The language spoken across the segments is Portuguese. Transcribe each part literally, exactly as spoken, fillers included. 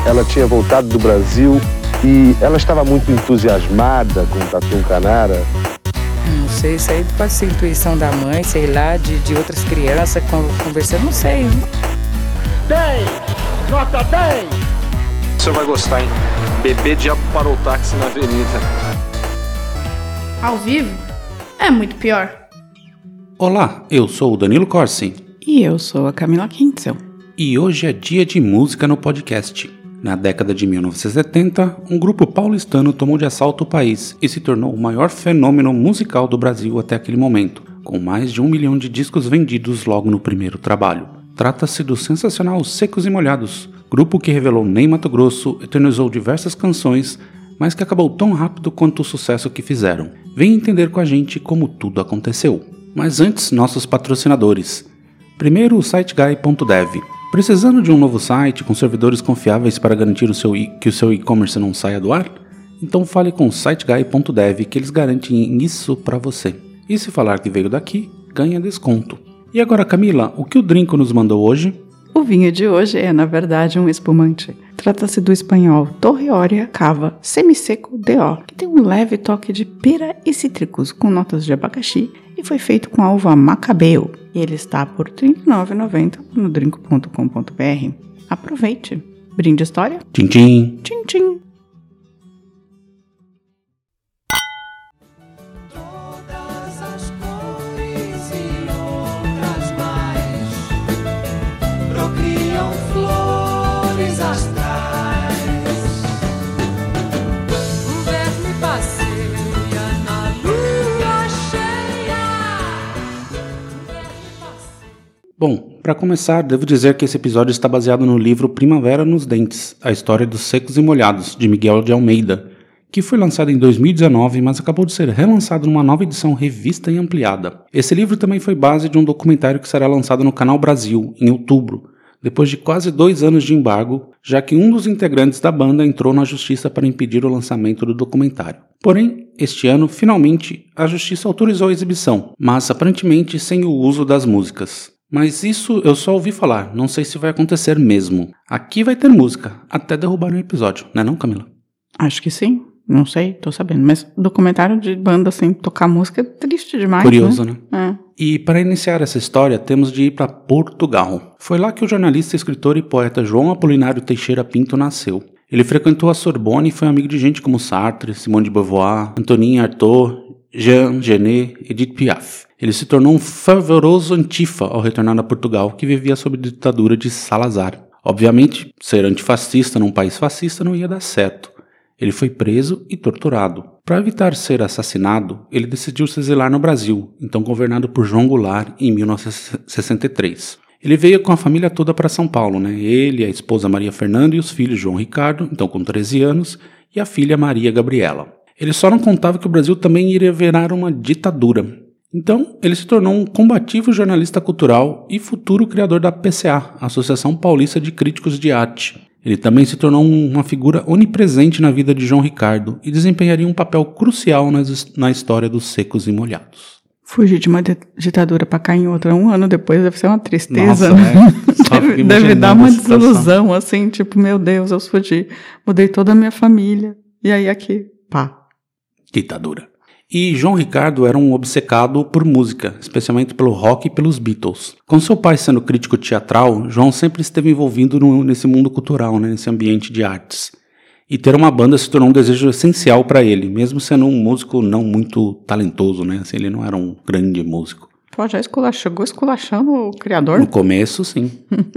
ela tinha voltado do Brasil e ela estava muito entusiasmada com o Tatu Canara. Não sei, isso aí pode ser intuição da mãe, sei lá, de, de outras crianças conversando, não sei. dez! Nota dez! O senhor vai gostar, hein? Bebê diabo parou o táxi na avenida. Ao vivo é muito pior. Olá, eu sou o Danilo Corsi. E eu sou a Camila Kintzel. E hoje é dia de música no podcast. Na década de mil novecentos e setenta, um grupo paulistano tomou de assalto o país e se tornou o maior fenômeno musical do Brasil até aquele momento, com mais de um milhão de discos vendidos logo no primeiro trabalho. Trata-se do sensacional Secos e Molhados, grupo que revelou Ney Matogrosso, eternizou diversas canções, mas que acabou tão rápido quanto o sucesso que fizeram. Vem entender com a gente como tudo aconteceu. Mas antes, nossos patrocinadores. Primeiro, o siteguy ponto dev. Precisando de um novo site com servidores confiáveis para garantir o seu e- que o seu e-commerce não saia do ar? Então fale com o siteguy ponto dev que eles garantem isso para você. E se falar que veio daqui, ganha desconto. E agora, Camila, o que o Drinco nos mandou hoje? O vinho de hoje é, na verdade, um espumante. Trata-se do espanhol Torre Oria Cava Semiseco D O, que tem um leve toque de pera e cítricos com notas de abacaxi e foi feito com a uva Macabeo. E ele está por trinta e nove reais e noventa centavos no drinco ponto com ponto br. Aproveite. Brinde história. Tchim, tchim. Tchim, tchim. Bom, para começar, devo dizer que esse episódio está baseado no livro Primavera nos Dentes, a história dos Secos e Molhados, de Miguel de Almeida, que foi lançado em dois mil e dezenove, mas acabou de ser relançado numa nova edição revista e ampliada. Esse livro também foi base de um documentário que será lançado no Canal Brasil, em outubro, depois de quase dois anos de embargo, já que um dos integrantes da banda entrou na justiça para impedir o lançamento do documentário. Porém, este ano, finalmente, a justiça autorizou a exibição, mas aparentemente sem o uso das músicas. Mas isso eu só ouvi falar, não sei se vai acontecer mesmo. Aqui vai ter música, até derrubar um episódio, não é não, Camila? Acho que sim, não sei, tô sabendo. Mas documentário de banda sem tocar música é triste demais, Curioso, né? né? É. E para iniciar essa história, temos de ir para Portugal. Foi lá que o jornalista, escritor e poeta João Apolinário Teixeira Pinto nasceu. Ele frequentou a Sorbonne e foi amigo de gente como Sartre, Simone de Beauvoir, Antonin Artaud, Jean Genet e Edith Piaf. Ele se tornou um fervoroso antifa ao retornar a Portugal, que vivia sob a ditadura de Salazar. Obviamente, ser antifascista num país fascista não ia dar certo. Ele foi preso e torturado. Para evitar ser assassinado, ele decidiu se exilar no Brasil, então governado por João Goulart em mil novecentos e sessenta e três. Ele veio com a família toda para São Paulo, né? Ele, a esposa Maria Fernanda e os filhos João Ricardo, então com treze anos, e a filha Maria Gabriela. Ele só não contava que o Brasil também iria virar uma ditadura. Então, ele se tornou um combativo jornalista cultural e futuro criador da P C A, Associação Paulista de Críticos de Arte. Ele também se tornou uma figura onipresente na vida de João Ricardo e desempenharia um papel crucial na história dos Secos e Molhados. Fugir de uma ditadura para cair em outra um ano depois deve ser uma tristeza, Nossa, né? É. deve, deve dar uma desilusão, assim, tipo, meu Deus, eu fugi, mudei toda a minha família, e aí aqui, pá. Ditadura. E João Ricardo era um obcecado por música, especialmente pelo rock e pelos Beatles. Com seu pai sendo crítico teatral, João sempre esteve envolvido no, nesse mundo cultural, né, nesse ambiente de artes. E ter uma banda se tornou um desejo essencial para ele, mesmo sendo um músico não muito talentoso, né? Assim, ele não era um grande músico. Pô, já esculachou, chegou esculachando o criador? No começo, sim.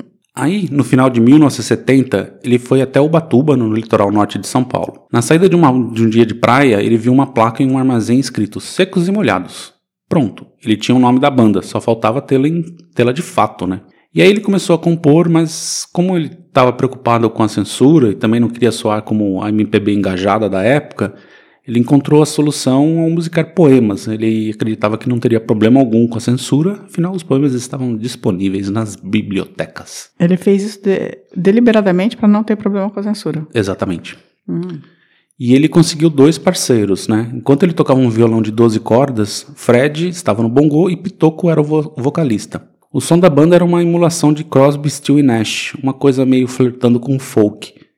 Aí, no final de mil novecentos e setenta, ele foi até Ubatuba, no litoral norte de São Paulo. Na saída de, uma, de um dia de praia, ele viu uma placa em um armazém escrito Secos e Molhados. Pronto, ele tinha o nome da banda, só faltava tê-la, em, tê-la de fato, né? E aí ele começou a compor, mas como ele estava preocupado com a censura e também não queria soar como a M P B engajada da época, ele encontrou a solução ao musicar poemas. Ele acreditava que não teria problema algum com a censura, afinal os poemas estavam disponíveis nas bibliotecas. Ele fez isso de, deliberadamente para não ter problema com a censura. Exatamente. Hum. E ele conseguiu dois parceiros, né? Enquanto ele tocava um violão de doze cordas, Fred estava no bongô e Pitoco era o vo- vocalista. O som da banda era uma emulação de Crosby, Stills e Nash, uma coisa meio flertando com folk.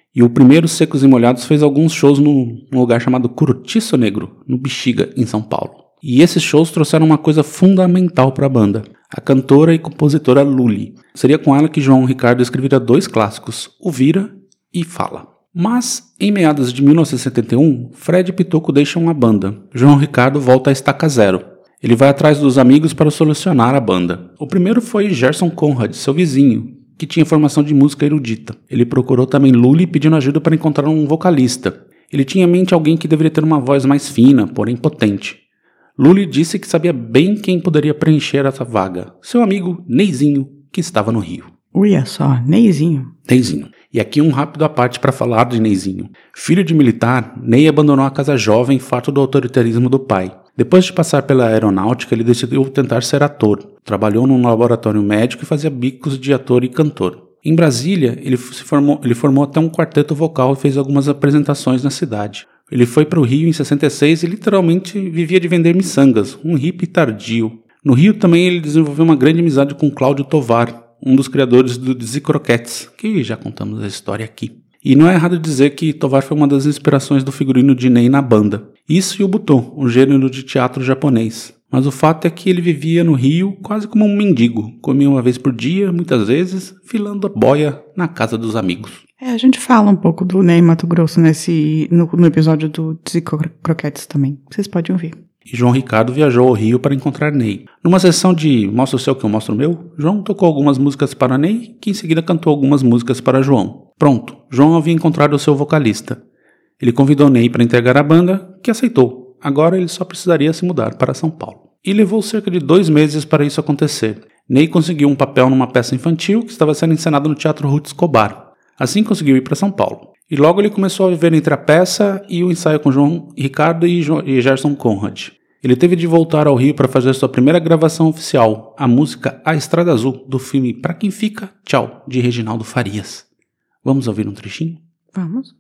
E o primeiro Secos e Molhados fez alguns shows num lugar chamado Curtiço Negro, no Bexiga, em São Paulo. E esses shows trouxeram uma coisa fundamental para a banda, a cantora e compositora Lully. Seria com ela que João Ricardo escreveria dois clássicos, O Vira e Fala. Mas, em meados de mil novecentos e setenta e um, Fred e Pitoco deixam a banda. João Ricardo volta a estaca zero. Ele vai atrás dos amigos para solucionar a banda. O primeiro foi Gerson Conrad, seu vizinho, que tinha formação de música erudita. Ele procurou também Lully pedindo ajuda para encontrar um vocalista. Ele tinha em mente alguém que deveria ter uma voz mais fina, porém potente. Lully disse que sabia bem quem poderia preencher essa vaga. Seu amigo Neizinho, que estava no Rio. Uia só, Neizinho. Neizinho. E aqui um rápido à parte para falar de Neizinho. Filho de militar, Ney abandonou a casa jovem farto do autoritarismo do pai. Depois de passar pela aeronáutica, ele decidiu tentar ser ator. Trabalhou num laboratório médico e fazia bicos de ator e cantor. Em Brasília, ele, se formou, ele formou até um quarteto vocal e fez algumas apresentações na cidade. Ele foi para o Rio em sessenta e seis e literalmente vivia de vender miçangas, um hippie tardio. No Rio também ele desenvolveu uma grande amizade com Cláudio Tovar, um dos criadores do Dizzy Croquettes, que já contamos a história aqui. E não é errado dizer que Tovar foi uma das inspirações do figurino de Ney na banda. Isso e o Butô, um gênero de teatro japonês. Mas o fato é que ele vivia no Rio quase como um mendigo. Comia uma vez por dia, muitas vezes, filando a boia na casa dos amigos. É, a gente fala um pouco do Ney Mato Grosso nesse, no, no episódio do Dizzy Croquettes também. Vocês podem ouvir. E João Ricardo viajou ao Rio para encontrar Ney. Numa sessão de Mostra o Seu que eu mostro o meu, João tocou algumas músicas para Ney, que em seguida cantou algumas músicas para João. Pronto, João havia encontrado o seu vocalista. Ele convidou Ney para integrar a banda, que aceitou. Agora ele só precisaria se mudar para São Paulo. E levou cerca de dois meses para isso acontecer. Ney conseguiu um papel numa peça infantil que estava sendo encenada no Teatro Ruth Escobar. Assim conseguiu ir para São Paulo. E logo ele começou a viver entre a peça e o ensaio com João Ricardo e, jo- e Gerson Conrad. Ele teve de voltar ao Rio para fazer sua primeira gravação oficial, a música A Estrada Azul, do filme Pra Quem Fica, Tchau, de Reginaldo Farias. Vamos ouvir um trechinho? Vamos.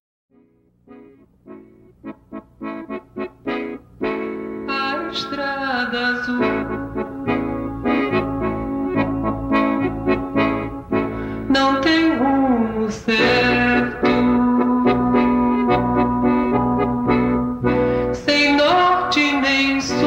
A estrada azul, não tem rumo certo, sem norte nem sul.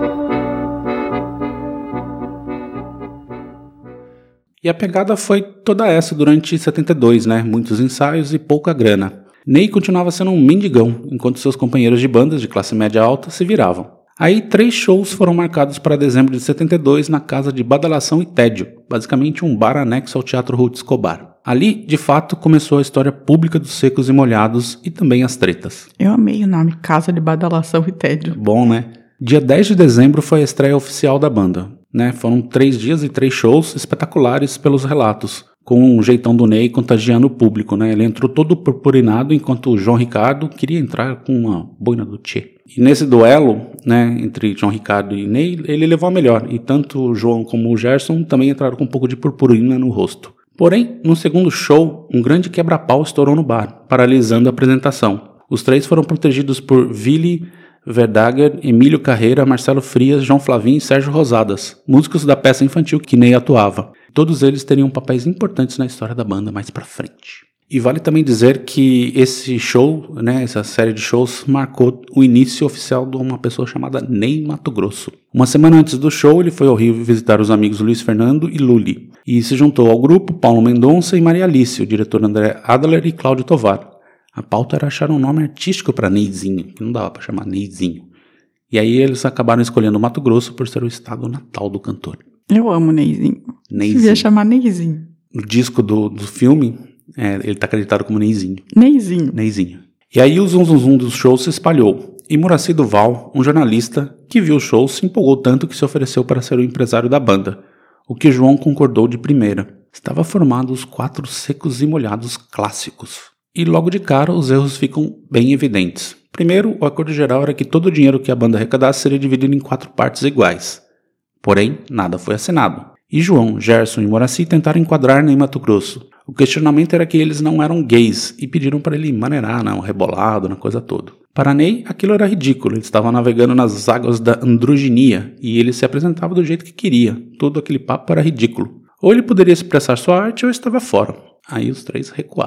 E a pegada foi toda essa durante setenta e dois, né? Muitos ensaios e pouca grana. Ney continuava sendo um mendigão, enquanto seus companheiros de bandas de classe média alta se viravam. Aí, três shows foram marcados para dezembro de setenta e dois na casa de Badalação e Tédio, basicamente um bar anexo ao Teatro Ruth Escobar. Ali, de fato, começou a história pública dos Secos e Molhados e também as tretas. Eu amei o nome, Casa de Badalação e Tédio. Bom, né? Dia dez de dezembro foi a estreia oficial da banda, né? Foram três dias e três shows espetaculares pelos relatos, com um jeitão do Ney contagiando o público, né? Ele entrou todo purpurinado, enquanto o João Ricardo queria entrar com uma boina do Tchê. E nesse duelo, né, entre João Ricardo e Ney, ele levou a melhor, e tanto o João como o Gerson também entraram com um pouco de purpurina no rosto. Porém, no segundo show, um grande quebra-pau estourou no bar, paralisando a apresentação. Os três foram protegidos por Willy Verdaguer, Emílio Carreira, Marcelo Frias, João Flavinho e Sérgio Rosadas, músicos da peça infantil que Ney atuava. Todos eles teriam papéis importantes na história da banda mais pra frente. E vale também dizer que esse show, né, essa série de shows, marcou o início oficial de uma pessoa chamada Ney Mato Grosso. Uma semana antes do show, ele foi ao Rio visitar os amigos Luiz Fernando e Lully, e se juntou ao grupo Paulo Mendonça e Maria Alice, o diretor André Adler e Cláudio Tovar. A pauta era achar um nome artístico para Neizinho, que não dava para chamar Neizinho. E aí eles acabaram escolhendo Mato Grosso por ser o estado natal do cantor. Eu amo Neizinho. Neizinho. Devia chamar Neizinho. No disco do, do filme, é, ele está acreditado como Neizinho. Neizinho. Neizinho. E aí o zum zum zum dos shows se espalhou. E Muracy Duval, um jornalista que viu o show, se empolgou tanto que se ofereceu para ser o empresário da banda, o que João concordou de primeira. Estava formado os quatro Secos e Molhados clássicos. E logo de cara os erros ficam bem evidentes. Primeiro, o acordo geral era que todo o dinheiro que a banda arrecadasse seria dividido em quatro partes iguais. Porém, nada foi assinado. E João, Gerson e Muracy tentaram enquadrar Ney Mato Grosso. O questionamento era que eles não eram gays e pediram para ele maneirar, né, um rebolado, na coisa toda. Para Ney, aquilo era ridículo. Ele estava navegando nas águas da androginia e ele se apresentava do jeito que queria. Todo aquele papo era ridículo. Ou ele poderia expressar sua arte ou estava fora. Aí os três recuaram, né?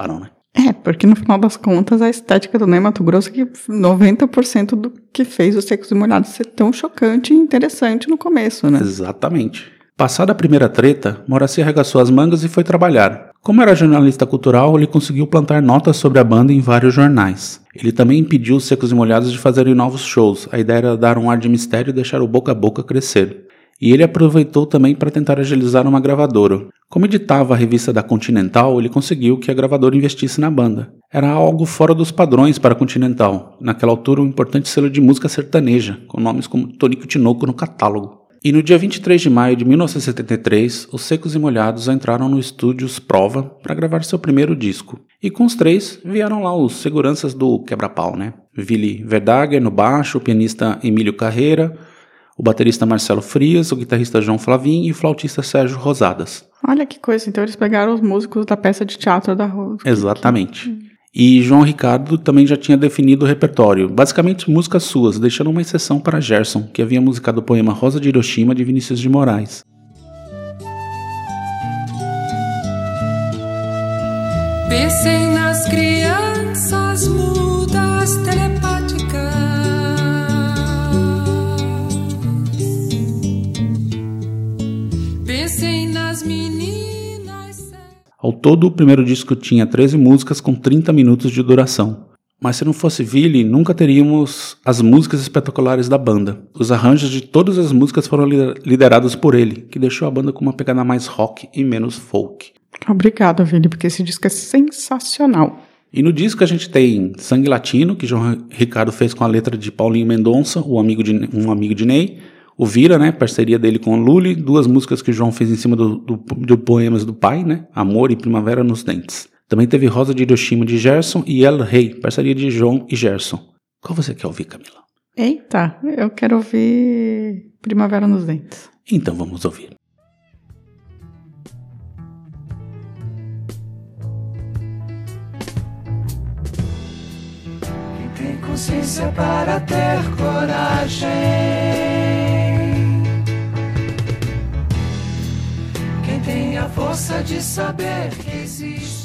É, porque no final das contas a estética do Ney Matogrosso que noventa por cento do que fez os Secos e Molhados ser tão chocante e interessante no começo, né? Exatamente. Passada a primeira treta, Moraci arregaçou as mangas e foi trabalhar. Como era jornalista cultural, ele conseguiu plantar notas sobre a banda em vários jornais. Ele também impediu os Secos e Molhados de fazerem novos shows. A ideia era dar um ar de mistério e deixar o boca a boca crescer. E ele aproveitou também para tentar agilizar uma gravadora. Como editava a revista da Continental, ele conseguiu que a gravadora investisse na banda. Era algo fora dos padrões para a Continental, naquela altura um importante selo de música sertaneja, com nomes como Tonico e Tinoco no catálogo. E no dia vinte e três de maio de mil novecentos e setenta e três, os Secos e Molhados entraram no Estúdios Prova para gravar seu primeiro disco. E com os três vieram lá os seguranças do quebra-pau, né? Willy Verdaguer no baixo, o pianista Emílio Carreira, o baterista Marcelo Frias, o guitarrista João Flavin e o flautista Sérgio Rosadas. Olha que coisa, então eles pegaram os músicos da peça de teatro da Rose. Exatamente. E João Ricardo também já tinha definido o repertório, basicamente músicas suas, deixando uma exceção para Gerson, que havia musicado o poema Rosa de Hiroshima de Vinícius de Moraes. Pensei nas crianças mudas telepáticas. Pensei nas meninas. Ao todo, o primeiro disco tinha treze músicas com trinta minutos de duração. Mas se não fosse Willy, nunca teríamos as músicas espetaculares da banda. Os arranjos de todas as músicas foram liderados por ele, que deixou a banda com uma pegada mais rock e menos folk. Obrigada, Willy, porque esse disco é sensacional. E no disco a gente tem Sangue Latino, que João Ricardo fez com a letra de Paulinho Mendonça, o amigo de, um amigo de Ney. O Vira, né, parceria dele com o Lully, duas músicas que o João fez em cima do, do, do poemas do pai, né, Amor e Primavera nos Dentes. Também teve Rosa de Hiroshima de Gerson e El Rei, parceria de João e Gerson. Qual você quer ouvir, Camila? Eita, eu quero ouvir Primavera nos Dentes. Então vamos ouvir. Quem tem consciência para ter coragem, quem tem a força de saber que existe.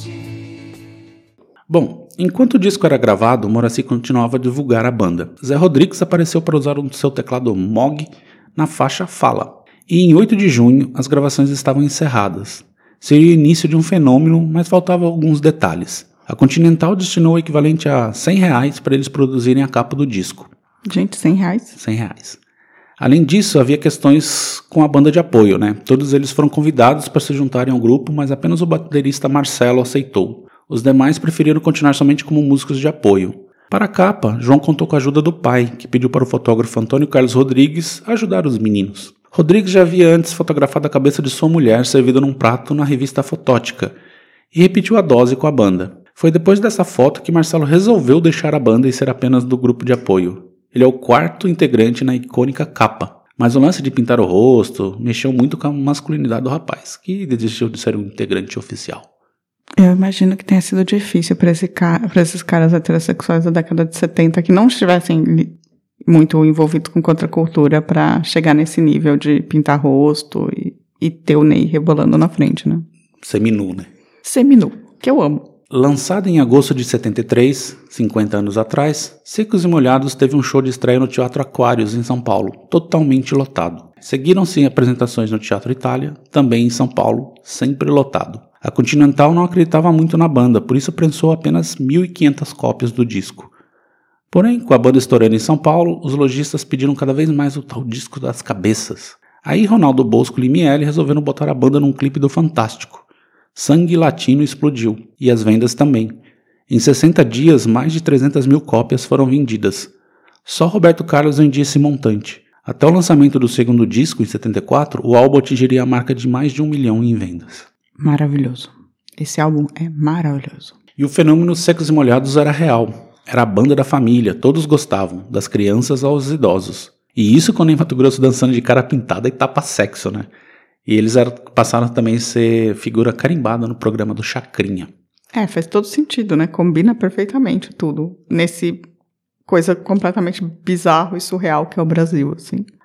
Bom, enquanto o disco era gravado, Moraci continuava a divulgar a banda. Zé Rodrigues apareceu para usar o seu teclado Moog na faixa Fala. E em oito de junho, as gravações estavam encerradas. Seria o início de um fenômeno, mas faltavam alguns detalhes. A Continental destinou o equivalente a cem reais para eles produzirem a capa do disco. Gente, cem reais? cem reais. Além disso, havia questões com a banda de apoio, né? Todos eles foram convidados para se juntarem ao grupo, mas apenas o baterista Marcelo aceitou. Os demais preferiram continuar somente como músicos de apoio. Para a capa, João contou com a ajuda do pai, que pediu para o fotógrafo Antônio Carlos Rodrigues ajudar os meninos. Rodrigues já havia antes fotografado a cabeça de sua mulher servida num prato na revista Fotótica e repetiu a dose com a banda. Foi depois dessa foto que Marcelo resolveu deixar a banda e ser apenas do grupo de apoio. Ele é o quarto integrante na icônica capa, mas o lance de pintar o rosto mexeu muito com a masculinidade do rapaz, que desistiu de ser um integrante oficial. Eu imagino que tenha sido difícil para esse ca- para esses caras heterossexuais da década de setenta que não estivessem li- muito envolvidos com contracultura para chegar nesse nível de pintar rosto e, e ter o Ney rebolando na frente, né? Seminu, né? Seminu, que eu amo. Lançado em agosto de setenta e três, cinquenta anos atrás, Secos e Molhados teve um show de estreia no Teatro Aquários, em São Paulo, totalmente lotado. Seguiram-se apresentações no Teatro Itália, também em São Paulo, sempre lotado. A Continental não acreditava muito na banda, por isso prensou apenas mil e quinhentas cópias do disco. Porém, com a banda estourando em São Paulo, os lojistas pediram cada vez mais o tal disco das cabeças. Aí Ronaldo Bosco e Limiele resolveram botar a banda num clipe do Fantástico. Sangue Latino explodiu, e as vendas também. Em sessenta dias, mais de trezentas mil cópias foram vendidas. Só Roberto Carlos vendia esse montante. Até o lançamento do segundo disco, em setenta e quatro, o álbum atingiria a marca de mais de um milhão em vendas. Maravilhoso. Esse álbum é maravilhoso. E o fenômeno Secos e Molhados era real. Era a banda da família, todos gostavam, das crianças aos idosos. E isso com o Ney Matogrosso dançando de cara pintada e tapa-sexo, né? E eles eram, passaram também a ser figura carimbada no programa do Chacrinha. É, faz todo sentido, né? Combina perfeitamente tudo nesse coisa completamente bizarro e surreal que é o Brasil, assim.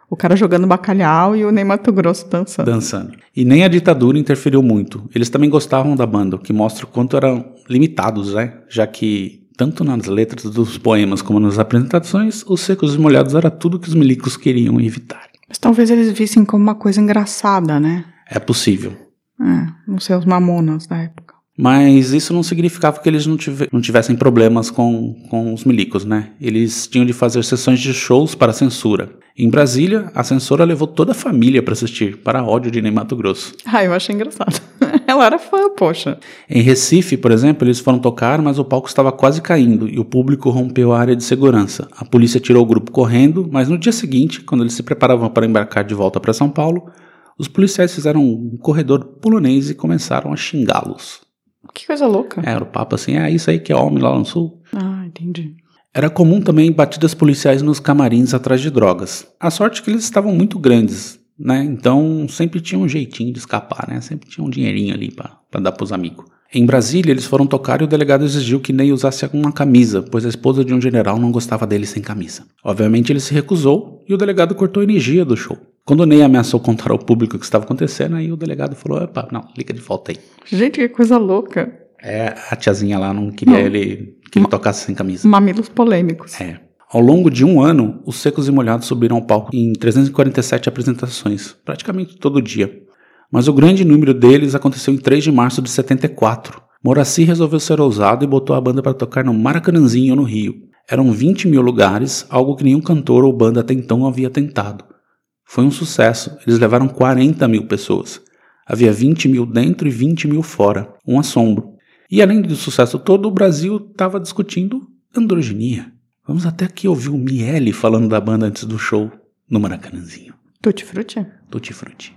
O cara jogando bacalhau e o Ney Matogrosso dançando. Dançando. E nem a ditadura interferiu muito. Eles também gostavam da banda, o que mostra o quanto eram limitados, né? Já que, tanto nas letras dos poemas como nas apresentações, os Secos e Molhados era tudo que os milicos queriam evitar. Mas talvez eles vissem como uma coisa engraçada, né? É possível. É, não sei, os Mamonas da época. Mas isso não significava que eles não, tive, não tivessem problemas com, com os milicos, né? Eles tinham de fazer sessões de shows para censura. Em Brasília, a censora levou toda a família para assistir, para ódio de Ney Matogrosso. Ah, eu achei engraçado. Ela era fã, poxa. Em Recife, por exemplo, eles foram tocar, mas o palco estava quase caindo e o público rompeu a área de segurança. A polícia tirou o grupo correndo, mas no dia seguinte, quando eles se preparavam para embarcar de volta para São Paulo, os policiais fizeram um corredor polonês e começaram a xingá-los. Que coisa louca. Era o papo assim, ah, isso aí que é homem lá no sul. Ah, entendi. Era comum também batidas policiais nos camarins atrás de drogas. A sorte é que eles estavam muito grandes, né? Então sempre tinha um jeitinho de escapar, né? Sempre tinha um dinheirinho ali pra, pra dar pros amigos. Em Brasília, eles foram tocar e o delegado exigiu que Ney usasse uma camisa, pois a esposa de um general não gostava dele sem camisa. Obviamente ele se recusou e o delegado cortou a energia do show. Quando o Ney ameaçou contar ao público o que estava acontecendo, aí o delegado falou, opa, não, liga de volta aí. Gente, que coisa louca. É, a tiazinha lá não queria não. ele, que ele tocasse sem camisa. Mamilos polêmicos. É. Ao longo de um ano, os Secos e Molhados subiram ao palco em trezentas e quarenta e sete apresentações, praticamente todo dia. Mas o grande número deles aconteceu em três de março de setenta e quatro. Moraci resolveu ser ousado e botou a banda para tocar no Maracanãzinho, no Rio. Eram vinte mil lugares, algo que nenhum cantor ou banda até então havia tentado. Foi um sucesso, eles levaram quarenta mil pessoas. Havia vinte mil dentro e vinte mil fora, um assombro. E além do sucesso todo, o Brasil estava discutindo androginia. Vamos até aqui ouvir o Miele falando da banda antes do show no Maracanãzinho. Tutti frutti? Tutti frutti.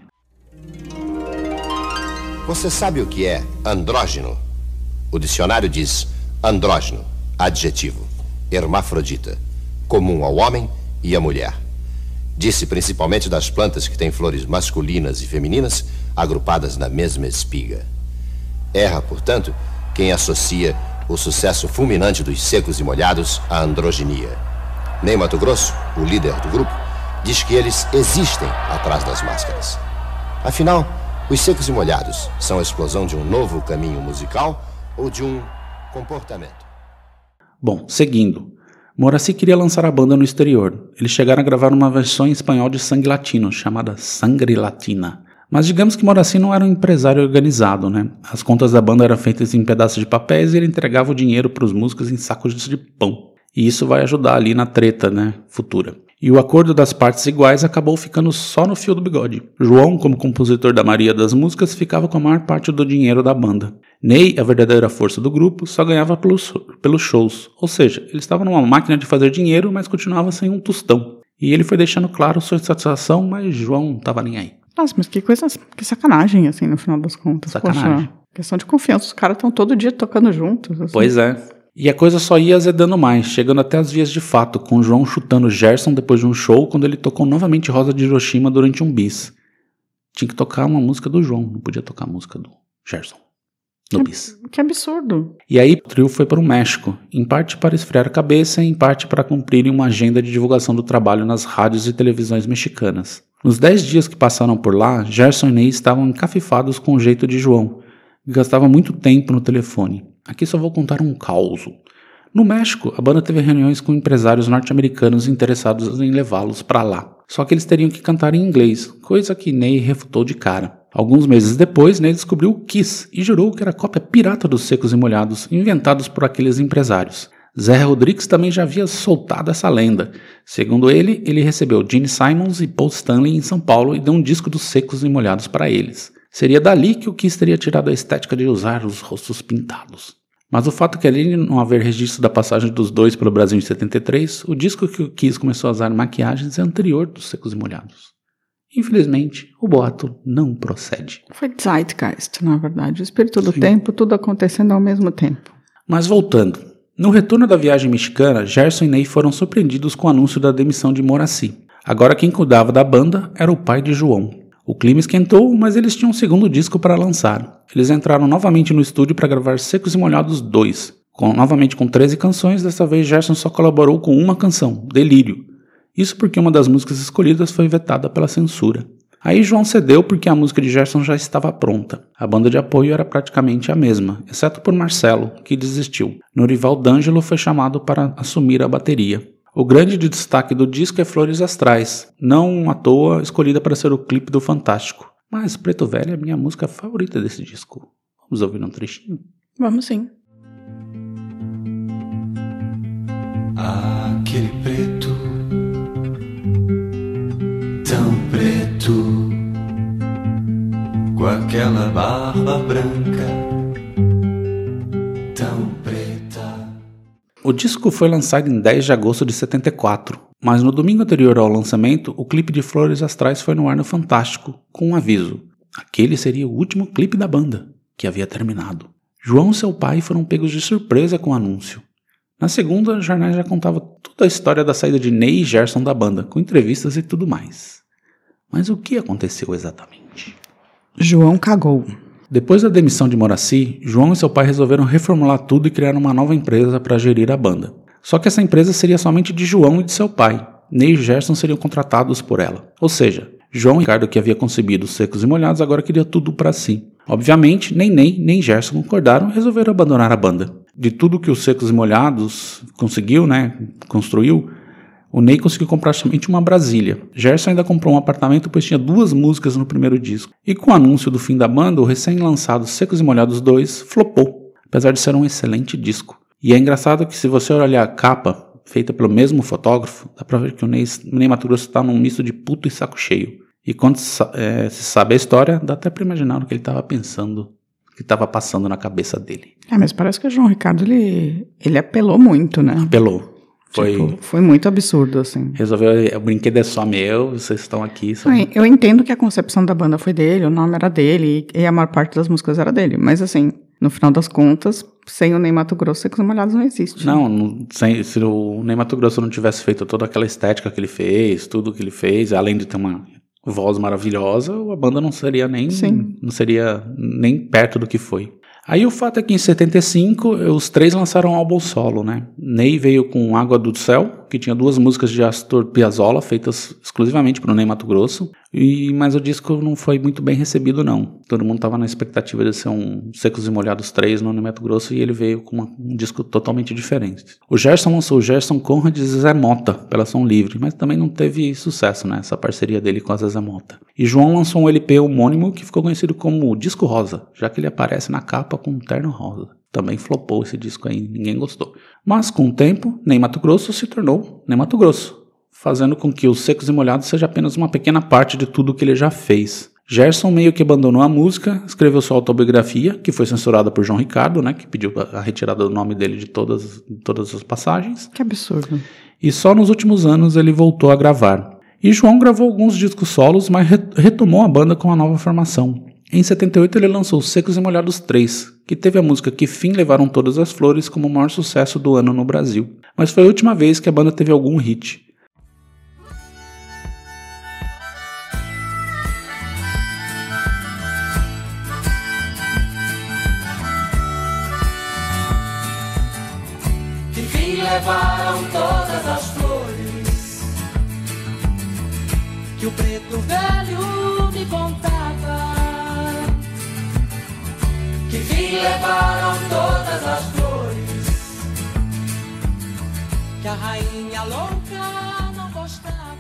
Você sabe o que é andrógeno? O dicionário diz andrógeno, adjetivo, hermafrodita, comum ao homem e à mulher. Disse principalmente das plantas que têm flores masculinas e femininas agrupadas na mesma espiga. Erra, portanto, quem associa o sucesso fulminante dos Secos e Molhados à androginia. Ney Matogrosso, o líder do grupo, diz que eles existem atrás das máscaras. Afinal, os Secos e Molhados são a explosão de um novo caminho musical ou de um comportamento? Bom, seguindo. Moraci queria lançar a banda no exterior. Eles chegaram a gravar uma versão em espanhol de Sangue Latino, chamada Sangre Latina. Mas digamos que Moraci não era um empresário organizado, né? As contas da banda eram feitas em pedaços de papéis e ele entregava o dinheiro para os músicos em sacos de pão. E isso vai ajudar ali na treta, né, futura. E o acordo das partes iguais acabou ficando só no fio do bigode. João, como compositor da maioria das músicas, ficava com a maior parte do dinheiro da banda. Ney, a verdadeira força do grupo, só ganhava pelos, pelos shows. Ou seja, ele estava numa máquina de fazer dinheiro, mas continuava sem um tostão. E ele foi deixando claro sua insatisfação, mas João não estava nem aí. Nossa, mas que coisa, que sacanagem, assim, no final das contas. Sacanagem. Poxa, questão de confiança, os caras estão todo dia tocando juntos. Assim. Pois é. E a coisa só ia azedando mais, chegando até as vias de fato, com o João chutando Gerson depois de um show, quando ele tocou novamente Rosa de Hiroshima durante um bis. Tinha que tocar uma música do João, não podia tocar a música do Gerson no que, bis. Que absurdo. E aí o trio foi para o México, em parte para esfriar a cabeça e em parte para cumprirem uma agenda de divulgação do trabalho nas rádios e televisões mexicanas. Nos dez dias que passaram por lá, Gerson e Ney estavam encafifados com o jeito de João, que gastava muito tempo no telefone. Aqui só vou contar um caos. No México, a banda teve reuniões com empresários norte-americanos interessados em levá-los para lá. Só que eles teriam que cantar em inglês, coisa que Ney refutou de cara. Alguns meses depois, Ney descobriu o Kiss e jurou que era cópia pirata dos Secos e Molhados, inventados por aqueles empresários. Zé Rodrigues também já havia soltado essa lenda. Segundo ele, ele recebeu Gene Simons e Paul Stanley em São Paulo e deu um disco dos Secos e Molhados para eles. Seria dali que o Kiss teria tirado a estética de usar os rostos pintados. Mas o fato é que além de não haver registro da passagem dos dois pelo Brasil em setenta e três, o disco que o Kiss começou a usar maquiagens é anterior dos Secos e Molhados. Infelizmente, o boato não procede. Foi Zeitgeist, na verdade. O espírito do Sim. tempo, tudo acontecendo ao mesmo tempo. Mas voltando. No retorno da viagem mexicana, Gerson e Ney foram surpreendidos com o anúncio da demissão de Moraci. Agora quem cuidava da banda era o pai de João. O clima esquentou, mas eles tinham um segundo disco para lançar. Eles entraram novamente no estúdio para gravar Secos e Molhados dois. Com, novamente com treze canções, dessa vez Gerson só colaborou com uma canção, Delírio. Isso porque uma das músicas escolhidas foi vetada pela censura. Aí João cedeu porque a música de Gerson já estava pronta. A banda de apoio era praticamente a mesma, exceto por Marcelo, que desistiu. Norival D'Angelo foi chamado para assumir a bateria. O grande destaque do disco é Flores Astrais, não à toa escolhida para ser o clipe do Fantástico. Mas Preto Velho é a minha música favorita desse disco. Vamos ouvir um trechinho? Vamos sim. Aquele preto, tão preto, com aquela barba branca, tão preta. O disco foi lançado em dez de agosto de setenta e quatro, mas no domingo anterior ao lançamento, o clipe de Flores Astrais foi no ar no Fantástico, com um aviso. Aquele seria o último clipe da banda, que havia terminado. João e seu pai foram pegos de surpresa com o anúncio. Na segunda, os jornais já contavam toda a história da saída de Ney e Gerson da banda, com entrevistas e tudo mais. Mas o que aconteceu exatamente? João cagou. Depois da demissão de Moraci, João e seu pai resolveram reformular tudo e criar uma nova empresa para gerir a banda. Só que essa empresa seria somente de João e de seu pai. Ney e Gerson seriam contratados por ela. Ou seja, João Ricardo, que havia concebido os Secos e Molhados, agora queria tudo para si. Obviamente, nem Ney nem Gerson concordaram e resolveram abandonar a banda. De tudo que os Secos e Molhados conseguiu, né, construiu, o Ney conseguiu comprar somente uma Brasília. Gerson ainda comprou um apartamento, pois tinha duas músicas no primeiro disco. E com o anúncio do fim da banda, o recém-lançado Secos e Molhados dois flopou, apesar de ser um excelente disco. E é engraçado que se você olhar a capa, feita pelo mesmo fotógrafo, dá pra ver que o Ney, o Ney Matogrosso tá num misto de puto e saco cheio. E quando é, se sabe a história, dá até pra imaginar o que ele tava pensando, o que tava passando na cabeça dele. É, mas parece que o João Ricardo, ele, ele apelou muito, né? Apelou. Foi, tipo, foi muito absurdo, assim. Resolveu, o brinquedo é só meu, vocês estão aqui. Só... Eu entendo que a concepção da banda foi dele, o nome era dele, e a maior parte das músicas era dele. Mas, assim, no final das contas, sem o Ney Matogrosso, Secos e Molhados não existe. Não, não sem, se o Ney Matogrosso não tivesse feito toda aquela estética que ele fez, tudo que ele fez, além de ter uma voz maravilhosa, a banda não seria nem, Sim. não seria nem perto do que foi. Aí o fato é que em setenta e cinco os três lançaram um álbum solo, né? Ney veio com Água do Céu, que tinha duas músicas de Astor Piazzolla, feitas exclusivamente para o Ney Matogrosso, e, mas o disco não foi muito bem recebido, não. Todo mundo estava na expectativa de ser um Secos e Molhados três no Ney Matogrosso, e ele veio com uma, um disco totalmente diferente. O Gerson lançou o Gerson Conrad e Zezé Mota pela Som Livre, mas também não teve sucesso, né? Essa parceria dele com a Zezé Mota. E João lançou um L P homônimo que ficou conhecido como Disco Rosa, já que ele aparece na capa com um terno rosa. Também flopou esse disco aí, ninguém gostou. Mas com o tempo, Ney Matogrosso se tornou Ney Matogrosso, fazendo com que os Secos e Molhados seja apenas uma pequena parte de tudo que ele já fez. Gerson meio que abandonou a música, escreveu sua autobiografia, que foi censurada por João Ricardo, né, que pediu a retirada do nome dele de todas, de todas as passagens. Que absurdo. E só nos últimos anos ele voltou a gravar. E João gravou alguns discos solos, mas retomou a banda com uma nova formação. Em setenta e oito ele lançou Secos e Molhados três, que teve a música Que Fim Levaram Todas as Flores como o maior sucesso do ano no Brasil. Mas foi a última vez que a banda teve algum hit. Que fim levaram todas as flores que o preto velho me contava. Que fim levaram todas as flores que a rainha louca não gostava.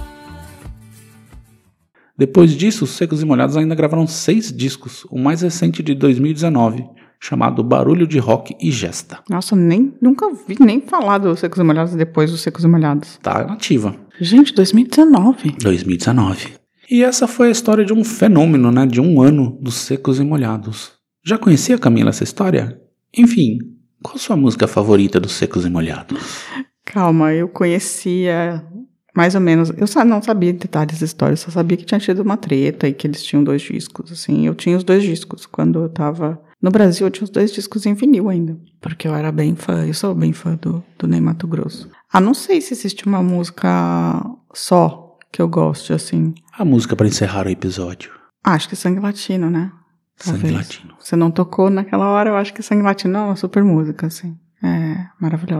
Depois disso, os Secos e Molhados ainda gravaram seis discos, o mais recente de dois mil e dezenove, chamado Barulho de Rock e Gesta. Nossa, nem, nunca vi nem falar dos Secos e Molhados depois dos Secos e Molhados. Tá nativa. Gente, dois mil e dezenove. dois mil e dezenove. E essa foi a história de um fenômeno, né, de um ano dos Secos e Molhados. Já conhecia, Camila, essa história? Enfim, qual a sua música favorita dos Secos e Molhados? Calma, eu conhecia mais ou menos. Eu não sabia detalhes da história, só sabia que tinha tido uma treta e que eles tinham dois discos, assim. Eu tinha os dois discos. Quando eu tava no Brasil, eu tinha os dois discos em vinil ainda. Porque eu era bem fã, eu sou bem fã do, do Ney Matogrosso. Ah, não sei se existe uma música só que eu goste, assim. A música para encerrar o episódio. Ah, acho que Sangue Latino, né? Sangue Talvez. Latino. Você não tocou naquela hora, eu acho que Sangue Latino é uma super música, assim. É maravilhosa.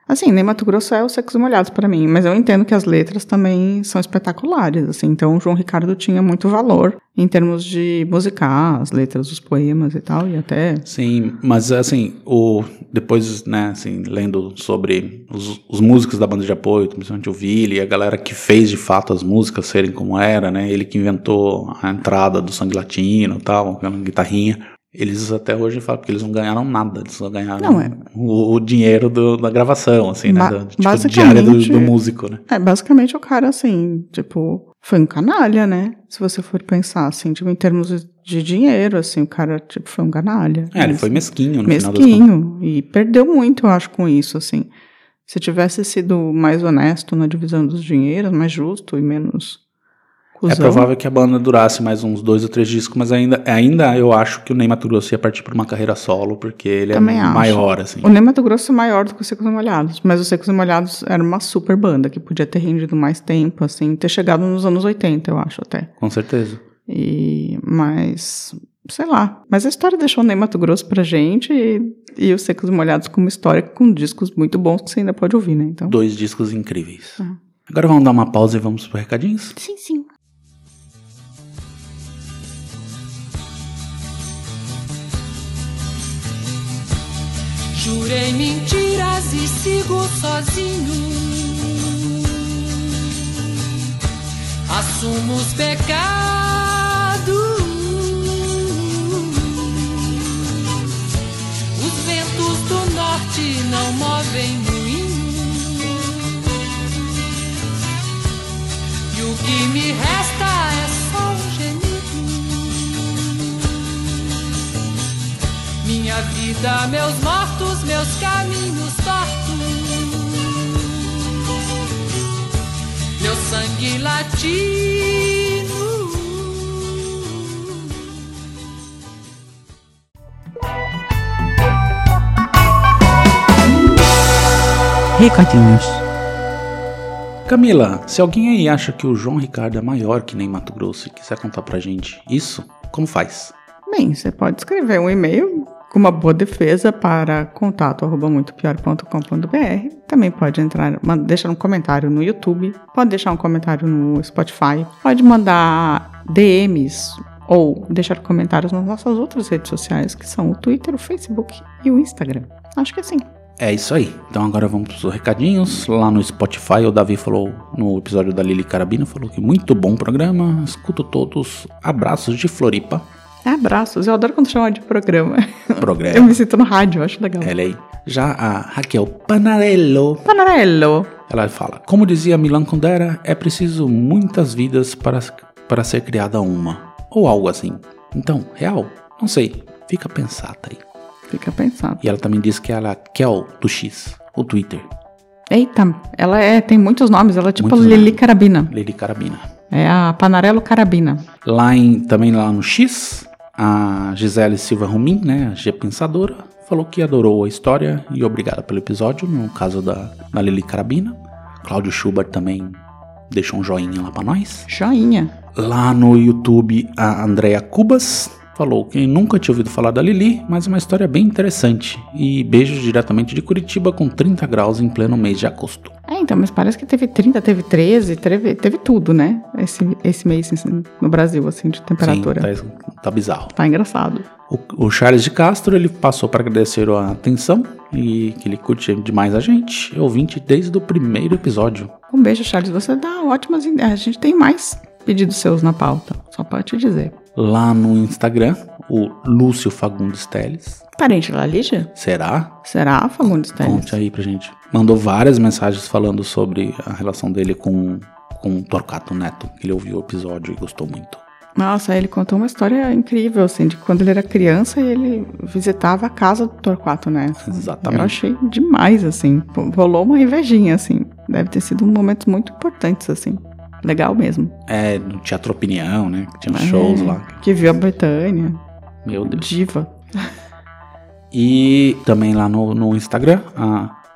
Assim, nem Mato Grosso é os Secos e Molhados pra mim, mas eu entendo que as letras também são espetaculares, assim, então o João Ricardo tinha muito valor em termos de musicar as letras dos poemas e tal, e até... Sim, mas assim, o, depois, né, assim, lendo sobre os, os músicos da banda de apoio, principalmente o Vili, a galera que fez de fato as músicas serem como era, né, ele que inventou a entrada do Sangue Latino e tal, aquela guitarrinha. Eles até hoje falam que eles não ganharam nada, eles só ganharam não, é... o, o dinheiro do, da gravação, assim, né? Ba- da, tipo, diária do, do músico, né? É, basicamente o cara, assim, tipo, foi um canalha, né? Se você for pensar, assim, tipo, em termos de dinheiro, assim, o cara, tipo, foi um canalha. É, né? Ele foi mesquinho no mesquinho, final das contas. E perdeu muito, eu acho, com isso, assim. Se tivesse sido mais honesto na divisão dos dinheiros, mais justo e menos... Cusão. É provável que a banda durasse mais uns dois ou três discos, mas ainda, ainda eu acho que o Ney Matogrosso ia partir para uma carreira solo, porque ele Também é acho. maior, assim. O Ney Matogrosso é maior do que os Secos e Molhados, mas os Secos e Molhados era uma super banda, que podia ter rendido mais tempo, assim, ter chegado nos anos oitenta, eu acho, até. Com certeza. E, mas, sei lá, mas a história deixou o Ney Matogrosso pra gente e, e os Secos e Molhados como história, com discos muito bons que você ainda pode ouvir, né? Então... Dois discos incríveis. Uhum. Agora vamos dar uma pausa e vamos para recadinhos? Sim, sim. Jurei mentiras e sigo sozinho. Assumo os pecados. Os ventos do norte não movem moinho. E o que me resta é só um gemido. Minha vida, meus mortos, meus caminhos tortos, meu sangue latino. Recadinhos. Camila, se alguém aí acha que o João Ricardo é maior que Ney Matogrosso e quiser contar pra gente isso, como faz? Bem, você pode escrever um e-mail com uma boa defesa para contato arroba muito pior ponto com ponto b r. Também pode entrar, deixar um comentário no YouTube, pode deixar um comentário no Spotify, pode mandar D Ms ou deixar comentários nas nossas outras redes sociais, que são o Twitter, o Facebook e o Instagram. Acho que é assim. É isso aí. Então agora vamos para os recadinhos. Lá no Spotify, o Davi falou no episódio da Lili Carabina, falou que muito bom programa, escuto todos, abraços de Floripa. Abraços, eu adoro quando chama de programa. Programa. Eu me sinto no rádio, eu acho legal. Ela aí. Já a Raquel Panarello. Panarello. Ela fala, como dizia Milan Kundera, é preciso muitas vidas para, para ser criada uma. Ou algo assim. Então, real? Não sei. Fica pensada aí. Fica pensado. E ela também diz que ela é a Kel do X, o Twitter. Eita, ela é, tem muitos nomes, ela é tipo muitos Lili nomes. Carabina. Lili Carabina. É a Panarello Carabina. Lá em, também lá no X, a Gisele Silva Rumin, né, a G Pensadora, falou que adorou a história e obrigada pelo episódio, no caso da, da Lili Carabina. Cláudio Schubert também deixou um joinha lá pra nós. Joinha. Lá no YouTube, a Andrea Cubas falou que nunca tinha ouvido falar da Lili, mas uma história bem interessante. E beijos diretamente de Curitiba com trinta graus em pleno mês de agosto. É, então, mas parece que teve trinta, teve treze, teve, teve tudo, né? Esse, esse mês assim, no Brasil, assim, de temperatura. Sim, tá, tá bizarro. Tá engraçado. O, o Charles de Castro, ele passou para agradecer a atenção e que ele curte demais a gente. É ouvinte desde o primeiro episódio. Um beijo, Charles. Você dá ótimas ideias. A gente tem mais pedidos seus na pauta, só pode te dizer. Lá no Instagram, o Lúcio Fagundes Teles. Parente da Lígia? Será? Será, Fagundes Teles? Conte aí pra gente. Mandou várias mensagens falando sobre a relação dele com, com o Torquato Neto, que ele ouviu o episódio e gostou muito. Nossa, ele contou uma história incrível, assim, de quando ele era criança e ele visitava a casa do Torquato Neto. Exatamente. Eu achei demais, assim. Rolou uma invejinha, assim. Deve ter sido momentos muito importantes, assim. Legal mesmo. É, no Teatro Opinião, né? Que tinha uns é, shows lá. Que viu a Britânia. Meu Deus. Diva. E também lá no, no Instagram, a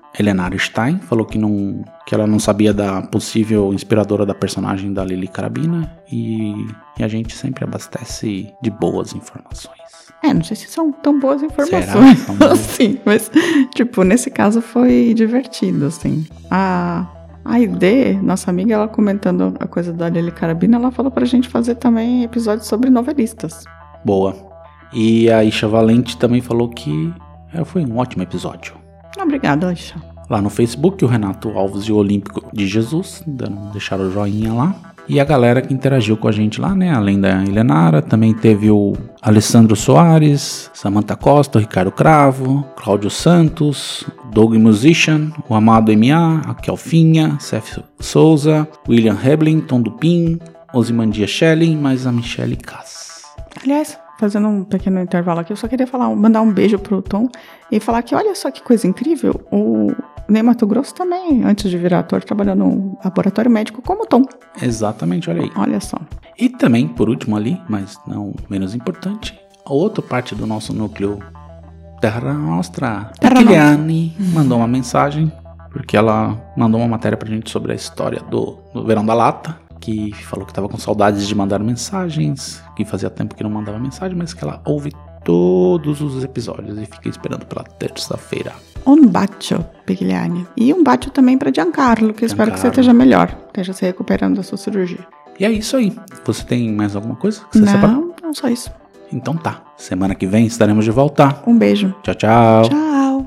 Helenara Stein falou que, não, que ela não sabia da possível inspiradora da personagem da Lili Carabina e, e a gente sempre abastece de boas informações. É, não sei se são tão boas informações assim, mas, tipo, nesse caso foi divertido, assim. A, a Aide, nossa amiga, ela comentando a coisa da Lili Carabina, ela falou pra gente fazer também episódios sobre novelistas. Boa. E a Isha Valente também falou que é, foi um ótimo episódio. Obrigada, Isha. Lá no Facebook, o Renato Alves e o Olímpico de Jesus deixaram o joinha lá. E a galera que interagiu com a gente lá, né? Além da Helenara, também teve o Alessandro Soares, Samantha Costa, o Ricardo Cravo, Cláudio Santos, Doug Musician, o Amado M A, a Kelfinha, Seth Souza, William Heblin, Tom Dupin, Osimandia Schelling, mais a Michelle Cass. Aliás, fazendo um pequeno intervalo aqui, eu só queria falar, mandar um beijo pro Tom e falar que olha só que coisa incrível, o Ney Mato Grosso também, antes de virar ator, trabalhou num laboratório médico como Tom. Exatamente, olha aí. Olha só. E também, por último ali, mas não menos importante, a outra parte do nosso núcleo Terra Nostra, a Kiliane, mandou uma mensagem, porque ela mandou uma matéria pra gente sobre a história do, do Verão da Lata, que falou que estava com saudades de mandar mensagens, que fazia tempo que não mandava mensagem, mas que ela ouve todos os episódios e fica esperando pela terça-feira. Um bacio, Pigliani. E um bacio também para Giancarlo, que eu espero que você esteja melhor, esteja se recuperando da sua cirurgia. E é isso aí. Você tem mais alguma coisa que você Não, separou? não só isso. Então tá. Semana que vem estaremos de volta. Um beijo. Tchau, tchau. Tchau.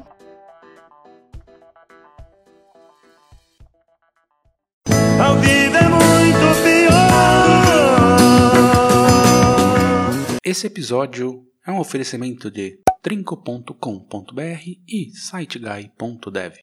A vida é muito pior. Esse episódio é um oferecimento de trinco ponto com ponto br e siteguy ponto dev.